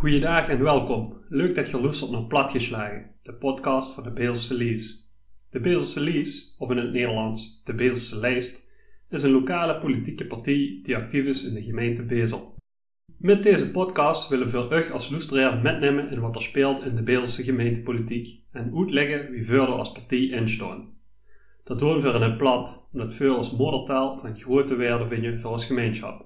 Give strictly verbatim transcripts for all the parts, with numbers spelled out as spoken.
Goeiedag en welkom. Leuk dat je luistert naar Platgeslagen, de podcast van de Beelselse Lies. De Beelselse Lies, of in het Nederlands de Beelselse Lijst, is een lokale politieke partij die actief is in de gemeente Bezel. Met deze podcast willen we u als luisteraar metnemen in wat er speelt in de Beelselse gemeentepolitiek en uitleggen wie verder als partij instaan. Dat doen we in het plat, omdat we als moedertaal van grote waarde vinden voor ons gemeenschap.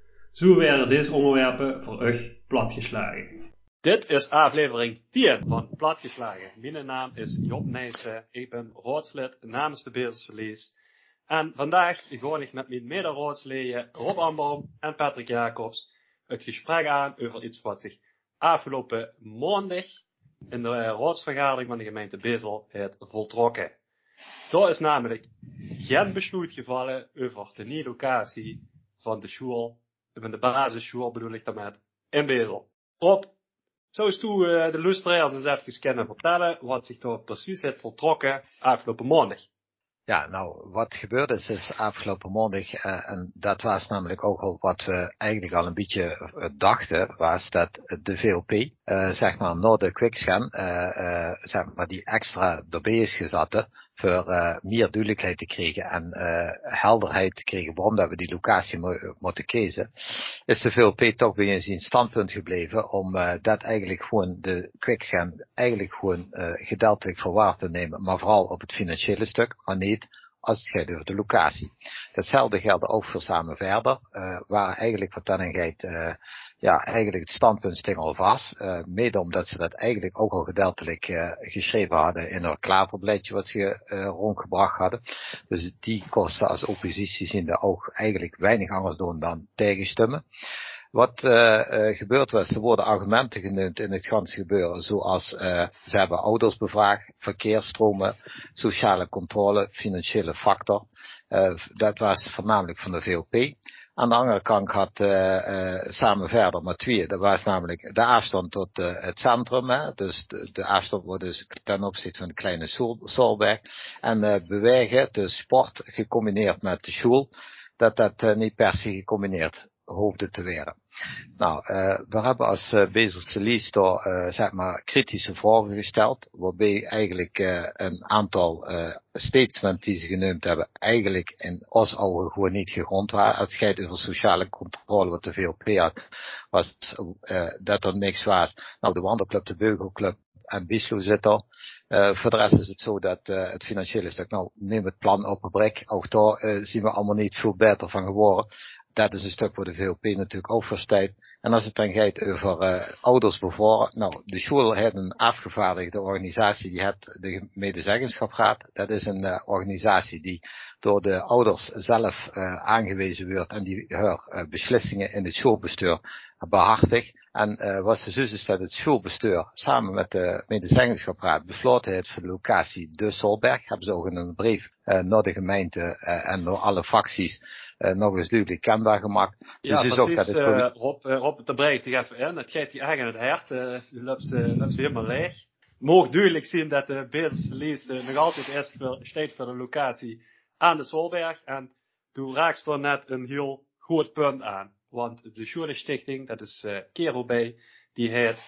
Zo werden deze onderwerpen voor u platgeslagen. Dit is aflevering vier van Platgeslagen. Mijn naam is Job Nijssen. Ik ben raadslid namens de Beelselse Lies. En vandaag ga ik met mijn mede-raadsleden Rob Amboom en Patrick Jacobs het gesprek aan over iets wat zich afgelopen maandag in de raadsvergadering van de gemeente Bezel heeft voltrokken. Daar is namelijk geen besluit gevallen over de nieuwe locatie van de school, van de basisschool bedoel ik daarmee, in Bezel. Rob, zou je uh, de luisteraars eens even kunnen vertellen wat zich daar precies heeft voltrokken afgelopen maandag? Ja, nou, wat gebeurd is, is afgelopen maandag, uh, en dat was namelijk ook al wat we eigenlijk al een beetje uh, dachten, was dat de V O P, uh, zeg maar, na de quickscan, uh, uh, zeg maar, die extra erbij is gezet, voor uh, meer duidelijkheid te krijgen en uh, helderheid te krijgen waarom dat we die locatie mo- moeten kiezen, is de V O P toch bij zijn standpunt gebleven om uh, dat eigenlijk gewoon de quickscan eigenlijk gewoon uh, gedeeltelijk voor waar te nemen, maar vooral op het financiële stuk, maar niet als het gaat over de locatie. Datzelfde geldt ook voor Samen Verder, uh, waar eigenlijk wat dan gaat, uh, ja, eigenlijk het standpunt sting al vast, uh, mede omdat ze dat eigenlijk ook al gedeeltelijk uh, geschreven hadden in hun klaverbeleidje wat ze uh, rondgebracht hadden. Dus die kosten als oppositie zien er ook eigenlijk weinig anders doen dan tegenstemmen. Wat uh, uh, gebeurd was, er worden argumenten genoemd in het ganse gebeuren, zoals uh, ze hebben ouders bevraagd, verkeersstromen, sociale controle, financiële factor. Uh, dat was voornamelijk van de V O P. Aan de andere kant had uh, uh, Samen Verder maar twee. Dat was namelijk de afstand tot uh, het centrum. Hè? Dus de, de afstand wordt dus ten opzichte van de kleine Solberg. En uh, bewegen, dus sport gecombineerd met de school, dat dat uh, niet per se gecombineerd hoefde te worden. Nou, uh, we hebben als uh, Beelselse Lies daar, uh, zeg maar, kritische vragen gesteld, waarbij eigenlijk uh, een aantal uh, statements die ze genoemd hebben, eigenlijk in ons ogen gewoon niet gegrond waren. Als het gaat over sociale controle, wat de V O P had, was uh, dat er niks was. Nou, de wandelclub, de beugelclub en Bieslo zit er. Uh, voor de rest is het zo dat uh, het financiële stuk, nou, neem het plan op een brik, ook daar uh, zien we allemaal niet veel beter van geworden. Dat is een stuk waar de V O P natuurlijk ook voor staat. En als het dan gaat over uh, ouders bevorderen, nou, de school heeft een afgevaardigde organisatie, die heeft de medezeggenschapsraad. Dat is een uh, organisatie die door de ouders zelf uh, aangewezen wordt en die haar uh, beslissingen in het schoolbestuur behartigt. En uh, wat ze dus is dat het schoolbestuur samen met de medezeggenschapsraad besloten heeft voor de locatie de Solberg. Hebben ze ook in een brief uh, naar de gemeente uh, en door alle fracties uh, nog eens duidelijk kenbaar gemaakt. Ja, dus precies, ook dat het uh, Rob, uh, Rob, daar breek ik even in. Het geeft je eigen het hart, uh, je loopt ze, loopt ze helemaal leeg. Moog duidelijk zien dat de Beelselse Lies uh, nog altijd is voor, staat voor de locatie aan de Solberg. En toen raakst er net een heel goed punt aan. Want de Scholenstichting, dat is uh, Kerel B, die heeft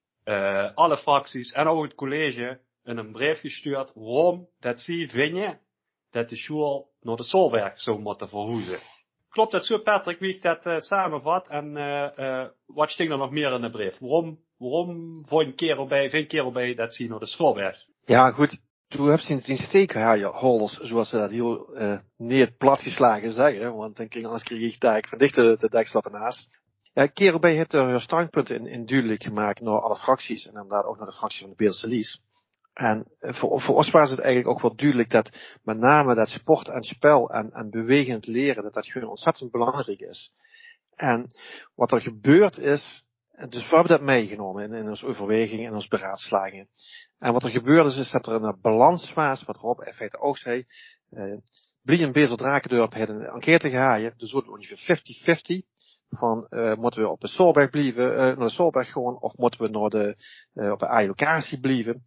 uh, alle fracties en ook het college in een brief gestuurd waarom dat ze vinden dat de school naar de Solberg zou moeten verhuizen. Klopt dat zo, Patrick, wie ik dat uh, samenvat? En uh, uh, wat stinkt er nog meer in de brief? Waarom, waarom vindt Kerel B, vindt Kerel B dat ze naar de Solberg? Ja, goed. Toen heb je die steekhouders, zoals we dat heel uh, neer platgeslagen zeggen, want dan kreeg, anders kreeg ik daar van dichter de dekslappen naast. Ja, Kerel B heeft er standpunten in, in duidelijk gemaakt naar alle fracties en inderdaad ook naar de fractie van de Beelselse Lies. En voor, voor ons was het eigenlijk ook wel duidelijk dat met name dat sport en spel en, en bewegend leren, dat dat gewoon ontzettend belangrijk is. En wat er gebeurd is, dus we hebben dat meegenomen in, in onze overwegingen en onze beraadslagingen. En wat er gebeurd is, is dat er een balans was, wat Rob in feite ook zei. Uh, Blie en Bezel Drakendorp hebben een enquête gehouden, dus wordt ongeveer vijftig vijftig. Van, uh, moeten we op de Solberg blijven, uh, naar de Solberg gaan, of moeten we naar de, uh, op de eigen locatie blijven.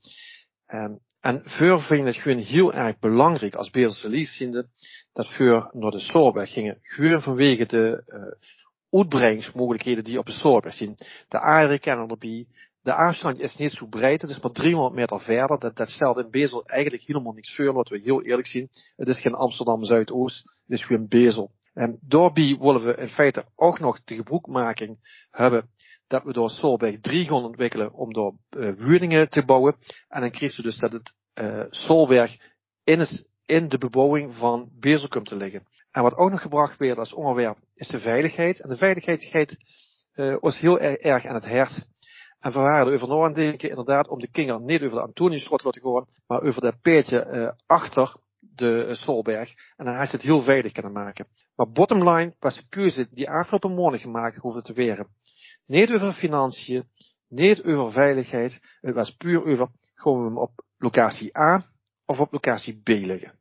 Um, en voor vind ik het gewoon heel erg belangrijk als Beelselse Lies ziende, dat voor naar de Solberg gingen, gewoon vanwege de uh, uitbreidingsmogelijkheden die je op de Solberg zien. De aarde kennen erbij. De afstand is niet zo breed. Het is maar driehonderd meter verder. Dat, dat stelt in Bezel eigenlijk helemaal niks voor. Laten we heel eerlijk zien. Het is geen Amsterdam Zuidoost. Het is gewoon Bezel. En daarbij willen we in feite ook nog de gebruikmaking hebben. Dat we door Solberg drie gaan ontwikkelen om door uh, woningen te bouwen. En dan krijg je dus dat het uh, Solberg in, het, in de bebouwing van Bezel komt te liggen. En wat ook nog gebracht werd als onderwerp is de veiligheid. En de veiligheid gaat uh, ons heel erg, erg aan het hart. En we waren erover na aan het denken, inderdaad, om de kinderen niet over de Antoniusstraat te laten gaan, maar over dat peertje uh, achter de uh, Solberg. En dan had je het heel veilig kunnen maken. Maar bottom line was de keuze die afgelopen morgen gemaakt hoefde te weren. Niet over financiën, niet over veiligheid. Het was puur over, gaan we hem op locatie A of op locatie B liggen.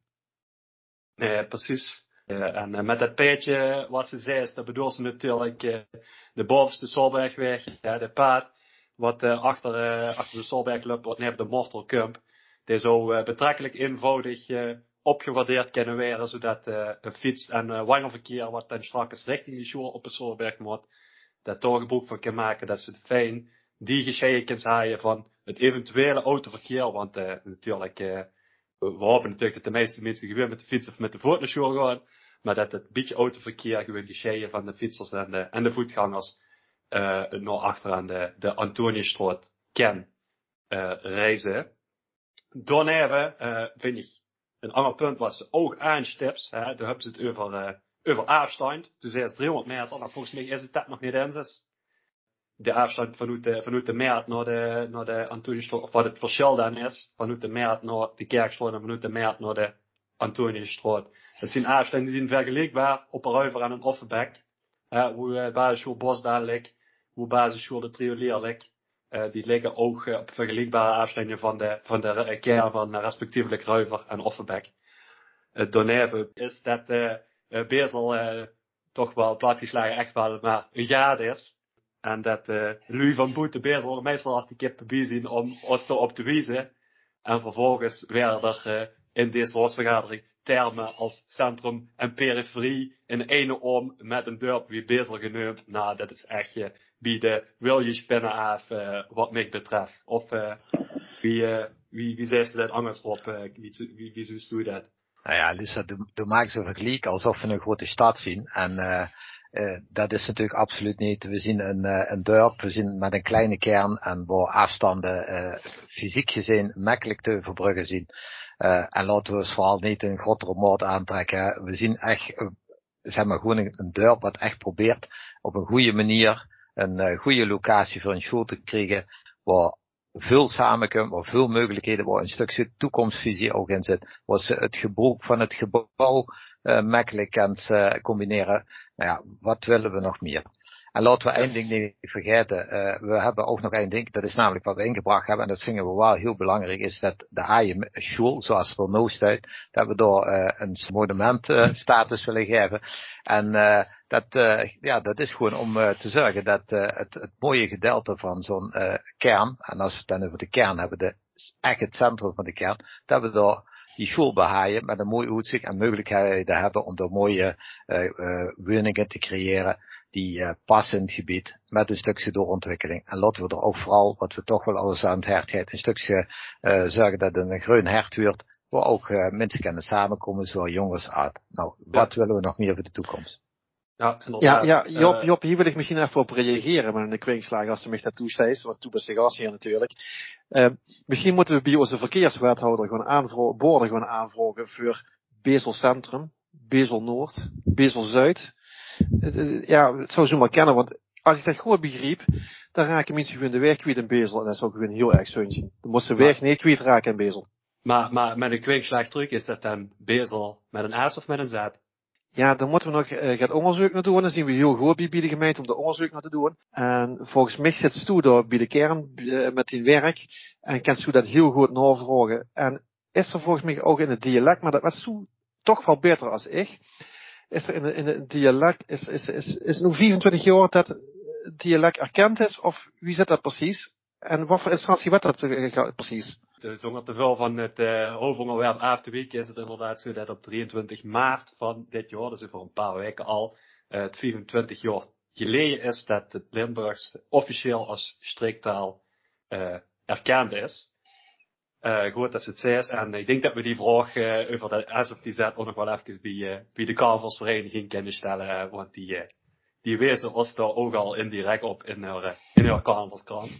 Nee, precies. Uh, en uh, met dat peertje, wat ze zei, is, dat bedoelt ze natuurlijk uh, de bovenste Solbergweg, ja, de paad, wat uh, achter, uh, achter de Solberg loopt, wat neer op de Mortelkump. Die zo uh, betrekkelijk eenvoudig uh, opgewaardeerd kunnen worden, zodat uh, een fiets- en uh, wandelverkeer, wat dan straks richting die school op de Solberg moet, dat toch gebruik van kan maken, dat ze fijn die gescheiken zijn van het eventuele autoverkeer, want uh, natuurlijk, uh, we hopen natuurlijk dat de meeste mensen gewoon met de fiets of met de voet naar school gaan, maar dat het beetje autoverkeer gewoon gescheiden van de fietsers en de, en de voetgangers uh, naar achter aan de, de Antoniusstraat kan uh, reizen. Daarna uh, vind ik een ander punt was ze ook aanstips, hè, daar hebben ze het over, uh, over afstand, dus eerst driehonderd meter, nou volgens mij is het dat nog niet eens. De afstand vanuit de, vanuit de Meert naar de, naar de Antoniusstraat, of wat het verschil dan is, vanuit de Meert naar de Kerkstraat en vanuit de Meert naar de Antoniusstraat. Dat zijn afstanden die zijn vergelijkbaar op een Ruiver en een Offenbek. Uh, hoe uh, basisschool Bosdaal ligt, hoe basisschool de Triolier ligt. Uh, die liggen ook uh, op vergelijkbare afstanden van de, van de uh, kern van uh, respectievelijk Ruiver en Offenbek. Het doneven is dat uh, uh, Bezel uh, toch wel platgeslagen echt wel maar een jaar is. En dat uh, Louis van Boete Bezel meestal als die kippen bij zien om ons erop te wijzen. En vervolgens werden er uh, in deze raadsvergadering termen als centrum en periferie in ene om met een dorp wie Bezel genoemd. Nou, dat is echt uh, bij de wil je spinnen af uh, wat mij betreft. Of uh, wie, uh, wie, wie zei ze dat anders op, uh, wie, wie, wie zo doe dat? Nou ja, dus dat doe maakt zo'n vergelijk alsof we een grote stad zien. En uh, uh, dat is natuurlijk absoluut niet. We zien een, uh, een dorp, we zien met een kleine kern en waar afstanden uh, fysiek gezien makkelijk te verbruggen zien. Uh, en laten we ons vooral niet een grotere moord aantrekken. We zien echt, uh, zeg maar, gewoon een, een dorp wat echt probeert op een goede manier een uh, goede locatie voor een school te krijgen, waar veel samenkomt, waar veel mogelijkheden, waar een stukje toekomstvisie ook in zit, waar ze het gebruik van het gebouw uh, makkelijk kan uh, combineren. Nou ja, wat willen we nog meer? En laten we één ding niet vergeten, uh, we hebben ook nog één ding, dat is namelijk wat we ingebracht hebben, en dat vinden we wel heel belangrijk, is dat de Aaien school, zoals het er nou staat, dat we daar uh, een monument uh, status willen geven. En uh, dat, uh, ja, dat is gewoon om uh, te zorgen dat uh, het, het mooie gedeelte van zo'n uh, kern, en als we het dan over de kern hebben, de, echt het centrum van de kern, dat we daar die school behaaien met een mooi uitzicht en mogelijkheden hebben om daar mooie uh, uh, woningen te creëren die uh, passen in het gebied met een stukje doorontwikkeling. En laten we er ook vooral, wat we toch wel alles aan het hart hebben, een stukje uh, zorgen dat het een groen hert wordt, waar ook uh, mensen kunnen samenkomen, zowel jong als oud. Nou, wat ja. willen we nog meer voor de toekomst? Ja, ja, ja Job, Job, hier wil ik misschien even op reageren met een kwinkslag als ze mij dat toesteest, want toen was ik hier natuurlijk. Uh, misschien moeten we bij onze verkeerswethouder gewoon aanvragen, borden gewoon aanvragen voor Bezel Centrum, Bezel Noord, Bezel Zuid. Uh, ja, het zou zo maar kennen, want als ik dat goed begreep, dan raken mensen gewoon de weg kwijt in Bezel en dat zou ik gewoon heel erg zonde zien. Dan moesten de weg niet kwijt raken in Bezel. Maar, maar met een kwinkslag terug is dat dan Bezel met een S of met een Z? Ja, dan moeten we nog uh, het onderzoek naar doen. Dan zien we heel goed bij de gemeente om de onderzoek naar te doen. En volgens mij zit Stu daar bij de kern uh, met die werk. En kan Stu dat heel goed navragen. En is er volgens mij ook in het dialect, maar dat was Stu toch wel beter als ik. Is er in, in het dialect, is, is, is, is nu vierentwintig jaar dat het dialect erkend is? Of wie zit dat precies? En wat voor instantie werd dat uh, precies? Zonder te veel van het uh, hoofdonderwerp af te weken is het inderdaad zo dat op drieëntwintig maart van dit jaar, dus over een paar weken al, uh, het vierentwintig jaar geleden is dat het Limburgs officieel als streektaal uh, erkend is. Uh, goed dat ze het zegt. En ik denk dat we die vraag uh, over de S of die Z ook nog wel even bij, uh, bij de carnavalsvereniging kunnen stellen. Uh, want die, uh, die wezen ons daar ook al indirect op in haar, uh, in haar carnavalskrant.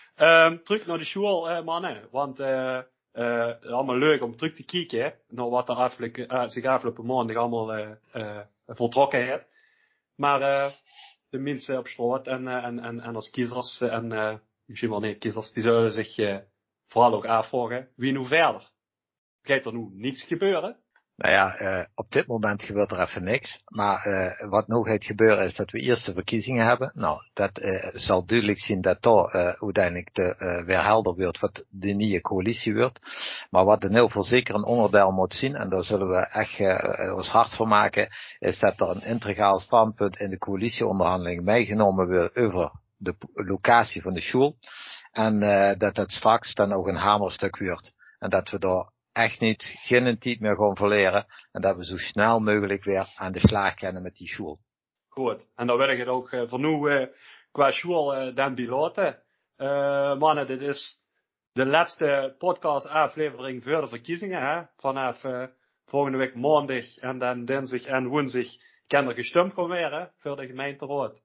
Um, terug naar de school, uh, mannen. Want uh, uh, het is allemaal leuk om terug te kijken naar wat er afgelopen, uh, zich afgelopen maandag allemaal uh, uh, voltrokken heeft. Maar uh, de mensen op straat en, uh, en, en, en als kiezers en uh, misschien wel niet kiezers, die zullen zich uh, vooral ook afvragen, wie nu verder? Gaat er nu niets gebeuren? Nou ja, uh, op dit moment gebeurt er even niks. Maar uh, wat nog gaat gebeuren is dat we eerst de verkiezingen hebben. Nou, dat uh, zal duidelijk zien dat daar uh, uiteindelijk de, uh, weer helder wordt wat de nieuwe coalitie wordt. Maar wat in ieder geval zeker een onderdeel moet zien, en daar zullen we echt uh, ons hard voor maken, is dat er een integraal standpunt in de coalitieonderhandelingen meegenomen wordt over de locatie van de school. En uh, dat dat straks dan ook een hamerstuk wordt. En dat we daar echt niet, geen tijd meer gaan verleren. En dat we zo snel mogelijk weer aan de slag kunnen met die school. Goed. En dan wil ik het ook uh, voor nu uh, qua school uh, dan bilaten. Uh, mannen, dit is de laatste podcast aflevering voor de verkiezingen. Hè? Vanaf uh, volgende week maandag en dan dinsdag en woensdag kan er gestemd gaan worden voor de gemeenteraad.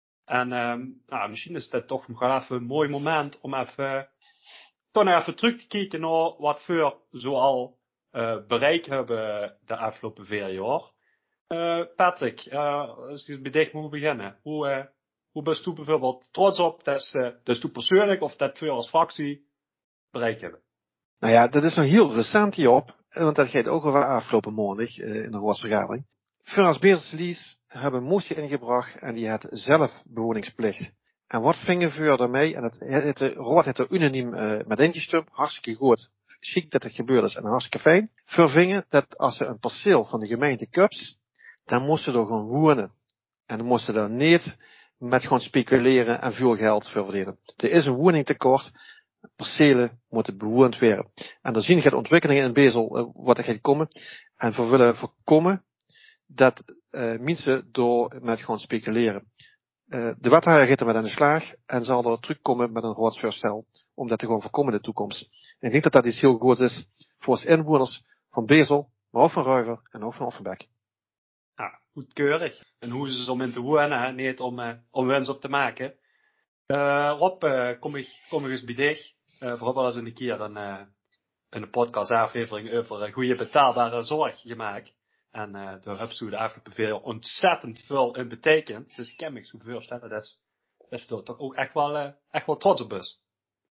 En um, nou, misschien is dit toch nog wel even een mooi moment om even, uh, toch nog even terug te kijken naar wat we zoal uh, bereikt hebben de afgelopen vier jaar. Uh, Patrick, uh, als je bij dich moet beginnen, hoe, uh, hoe bent u bijvoorbeeld trots op dat uh, dat u persoonlijk of dat we als fractie bereikt hebben? Nou ja, dat is nog heel recent hierop, want dat gaat ook over afgelopen maandag uh, in de raadsvergadering. Voor als Beerselies hebben een motie ingebracht en die had zelfbewoningsplicht. En wat vingen we daarmee? En het, het, de raad heeft er unaniem uh, met ingestemd. Hartstikke goed. Chic dat het gebeurd is en hartstikke fijn. Vervingen dat als ze een perceel van de gemeente Kups, dan moesten ze er gewoon wonen. En dan moesten ze er niet met gewoon speculeren en veel geld voor verdienen. Er is een woningtekort. Percelen moeten bewoond worden. En er zien gaat ontwikkelingen in Bezel uh, wat er gaat komen. En we willen voorkomen dat uh, mensen door met gewoon speculeren. Uh, de wethouder gaat er met aan de slag en zal er terugkomen met een raadsvoorstel om dat te gewoon voorkomen in de toekomst. En ik denk dat dat iets heel goeds is voor ons inwoners van Bezel, maar ook van Ruiver en ook van Offenbek. Ja, goedkeurig. En hoe is het om in te wonen, hè? Niet om, uh, om wens op te maken. Uh, Rob, uh, kom ik, kom ik eens bij dich. Uh, vooral eens een keer een, uh, een podcast aflevering over uh, goede betaalbare zorg gemaakt. En uh, daar hebben ze de afgelopen veel ontzettend veel in betekend. Dus ik kan me zo voorstellen dat is toch ook echt wel, uh, echt wel trots op is.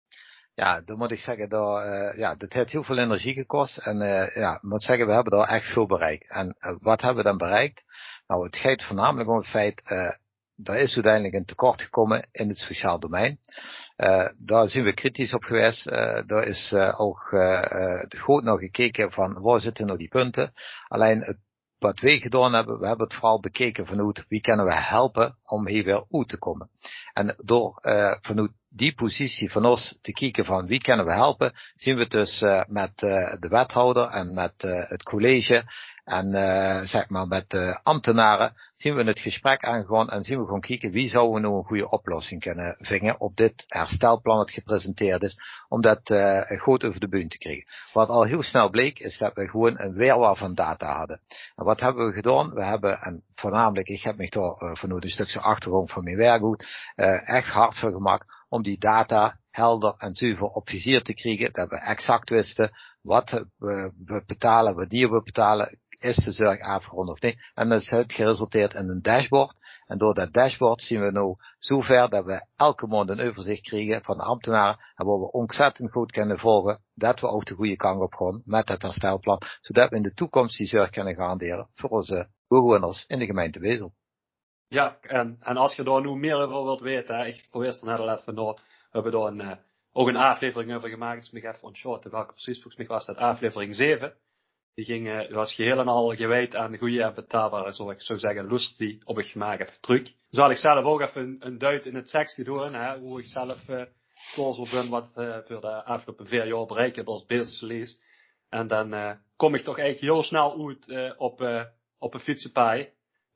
Ja, dan moet ik zeggen, dat, uh, ja, dat heeft heel veel energie gekost. En uh, ja, ik moet zeggen, we hebben daar echt veel bereikt. En uh, wat hebben we dan bereikt? Nou, het gaat voornamelijk om het feit, uh, er is uiteindelijk een tekort gekomen in het sociaal domein. Uh, daar zijn we kritisch op geweest. Uh, daar is uh, ook uh, uh, goed nog gekeken van waar zitten nou die punten. Alleen het wat wij gedaan hebben, we hebben het vooral bekeken vanuit wie kunnen we helpen om hier weer uit te komen. En door uh, vanuit die positie van ons te kijken van wie kunnen we helpen, zien we dus uh, met uh, de wethouder en met uh, het college en uh, zeg maar met de ambtenaren, zien we het gesprek aangegaan en zien we gewoon kijken wie zouden we nou een goede oplossing kunnen vinden op dit herstelplan dat gepresenteerd is, om dat uh, goed over de bühne te krijgen. Wat al heel snel bleek, is dat we gewoon een weerwaar van data hadden. En wat hebben we gedaan? We hebben, en voornamelijk, ik heb me daar uh, vanuit een stukje achtergrond van mijn werkgoed, uh, echt hard voor gemaakt om die data helder en zuiver op vizier te krijgen, dat we exact wisten wat we, we betalen, wanneer we betalen, is de zorg afgerond of niet. En dat heeft geresulteerd in een dashboard. En door dat dashboard zien we nu zover dat we elke maand een overzicht krijgen van de ambtenaren, en waar we ontzettend goed kunnen volgen dat we ook de goede kant op gaan met het herstelplan, zodat we in de toekomst die zorg kunnen garanderen voor onze bewoners in de gemeente Bezel. Ja, en, en als je daar nu meer over wilt weten, hè, ik probeer er net al even door, we hebben daar een, uh, ook een aflevering over gemaakt, dus ik even ontschoten welke precies, volgens mij was dat aflevering zeven. Die ging, uh, was geheel en al gewijd aan de goede en betaalbare, zoals ik zou zeggen, lust die op het gemaakt even terug. Zal ik zelf ook even een, een duit in het sekstje doen, hè, hoe ik zelf uh, trots ben wat uh, voor de afgelopen vier jaar bereikt als businesslease. En dan uh, kom ik toch eigenlijk heel snel uit uh, op, uh, op een fietsenpaai.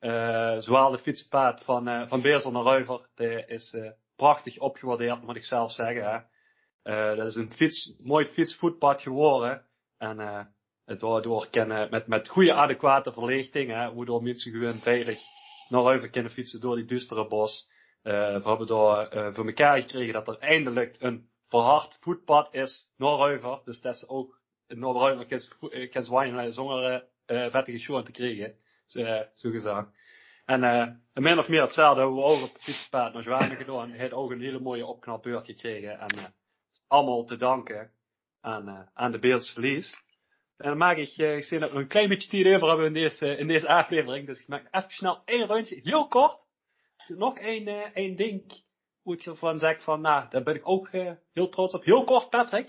Uh, zowel de fietspad van, uh, van Beersel naar Ruiver, die is uh, prachtig opgewaardeerd, moet ik zelf zeggen. Hè. Uh, dat is een fiets, mooi fietsvoetpad geworden. En uh, het daardoor kunnen met, met goede adequate verlichting, hè, waardoor mensen gewoon veilig naar Ruiver kunnen fietsen door die duistere bos. Uh, we hebben daar uh, voor elkaar gekregen dat er eindelijk een verhard voetpad is naar Ruiver. Dus dat is ook naar Ruiver kan zwaaien zonder uh, vettige schoen te krijgen. Zo, uh, zo gezegd. En uh, min of meer hetzelfde hebben we ook op het fietspad naar Zwanen gedaan. Hij heeft ook een hele mooie opknapbeurt gekregen. En uh, allemaal te danken aan, uh, aan de Beeldse Lies. En dan maak ik, uh, ik zie dat we een klein beetje tijd over hebben in deze, uh, in deze aflevering. Dus ik maak even snel één rondje, heel kort. Nog één, uh, één ding hoe ik ervan zeg van, nou, daar ben ik ook uh, heel trots op. Heel kort, Patrick.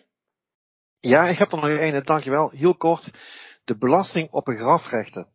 Ja, ik heb er nog één, dankjewel. Heel kort. De belasting op een grafrechten.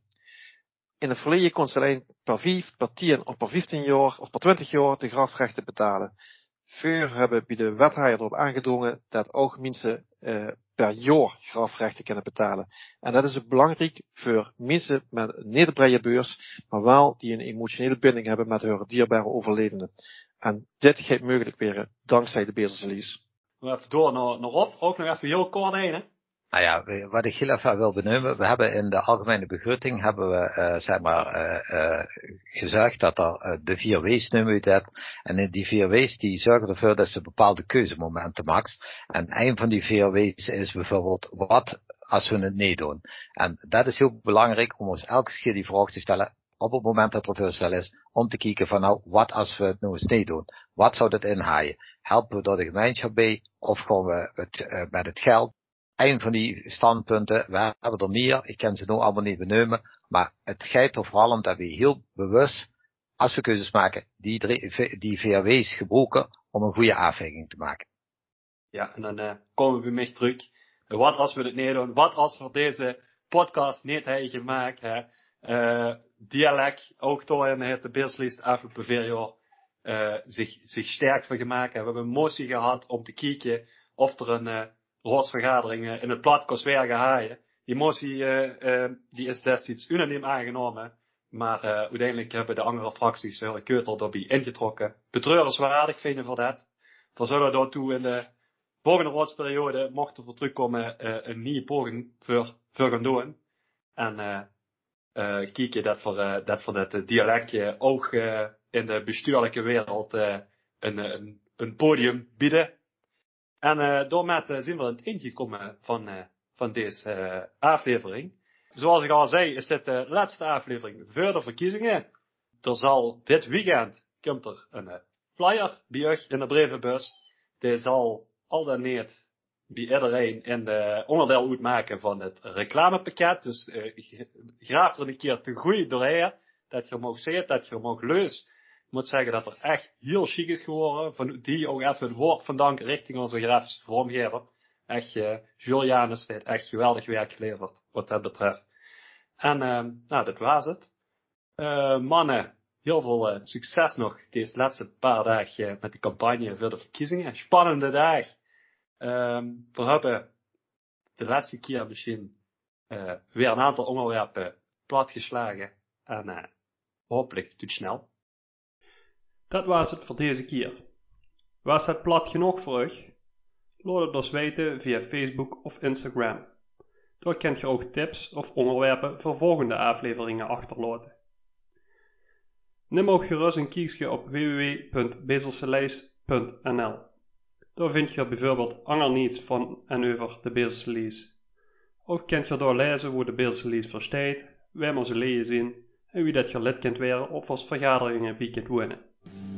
In het verleden kon ze alleen per vijf, per tien of per vijftien jaar of per twintig jaar de grafrechten betalen. Vroeger hebben bij de wethouder erop aangedrongen dat ook mensen uh, per jaar grafrechten kunnen betalen. En dat is ook belangrijk voor mensen met een niet beurs, maar wel die een emotionele binding hebben met hun dierbare overledenen. En dit gaat mogelijk weer dankzij de Beeldse Lies. Even door naar, naar Rob, ook nog even heel kort heen, hè. Nou ja, wat ik heel even wil benoemen, we hebben in de algemene begroting hebben we, uh, zeg maar, uh, uh, gezegd dat er uh, de vier W's noemen we dat. En in die vier W's die zorgen ervoor dat ze bepaalde keuzemomenten maakt. En een van die vier W's is bijvoorbeeld, wat als we het niet doen? En dat is heel belangrijk om ons elke keer die vraag te stellen, op het moment dat er voorstel is, om te kijken van nou, wat als we het nou eens niet doen? Wat zou dat inhaaien? Helpen we door de gemeenschap bij, of gaan we het, uh, met het geld? Een van die standpunten, we hebben er meer, ik kan ze nu allemaal niet benoemen, maar het gaat er vooral om dat we heel bewust, als we keuzes maken, die, drie, die V R W's gebruiken om een goede afweging te maken. Ja, en dan uh, komen we bij mij terug. Wat als we het niet doen? Wat als we deze podcast niet hebben gemaakt? Hè? Uh, dialect, ook door in de Beeldse Lies afgelopen vier jaar uh, zich, zich sterk van gemaakt. We hebben een motie gehad om te kijken of er een uh, raadsvergadering uh, in het plat kost weer gehaaien. Die motie uh, uh, die is destijds unaniem aangenomen. Maar uh, uiteindelijk hebben de andere fracties de hele keutel daarbij ingetrokken. Betreurenswaardig vinden voor dat. We zullen daartoe in de volgende raadsperiode, mocht er voor terugkomen, uh, een nieuwe poging voor, voor gaan doen. En uh, uh, kijken dat voor, uh, dat voor dat dialectje ook uh, in de bestuurlijke wereld uh, een, een, een podium bieden. En uh, daarmee uh, zijn we aan het einde gekomen van, uh, van deze uh, aflevering. Zoals ik al zei, is dit de laatste aflevering voor de verkiezingen. Er zal dit weekend, komt er een uh, flyer bij u in de brievenbus. Die zal al dan niet bij iedereen in de onderdeel uitmaken van het reclamepakket. Dus uh, graaf er een keer te goed doorheen. Dat je mag zien, dat je mag lezen. Ik moet zeggen dat er echt heel chic is geworden. Van die ook even het woord van dank richting onze grafische vormgever. Echt, uh, Julianus heeft echt geweldig werk geleverd wat dat betreft. En uh, nou, dat was het. Uh, mannen, heel veel uh, succes nog deze laatste paar dagen uh, met de campagne voor de verkiezingen. Spannende dag. Um, we hebben de laatste keer misschien uh, weer een aantal onderwerpen platgeslagen. En uh, hopelijk tot snel. Dat was het voor deze keer. Was het plat genoeg voor u? Laat het ons weten via Facebook of Instagram. Daar kunt je ook tips of onderwerpen voor volgende afleveringen achterlaten. Neem ook gerust een kijkje op w w w punt beeldsellies punt n l. Daar vind je bijvoorbeeld ander niets van en over de Beeldse Lies. Ook kunt je daar lezen hoe de Beeldse Lies verstaat, waar we ze leden zien en wie dat je lid kunt worden of als vergaderingen bij kunt wonen.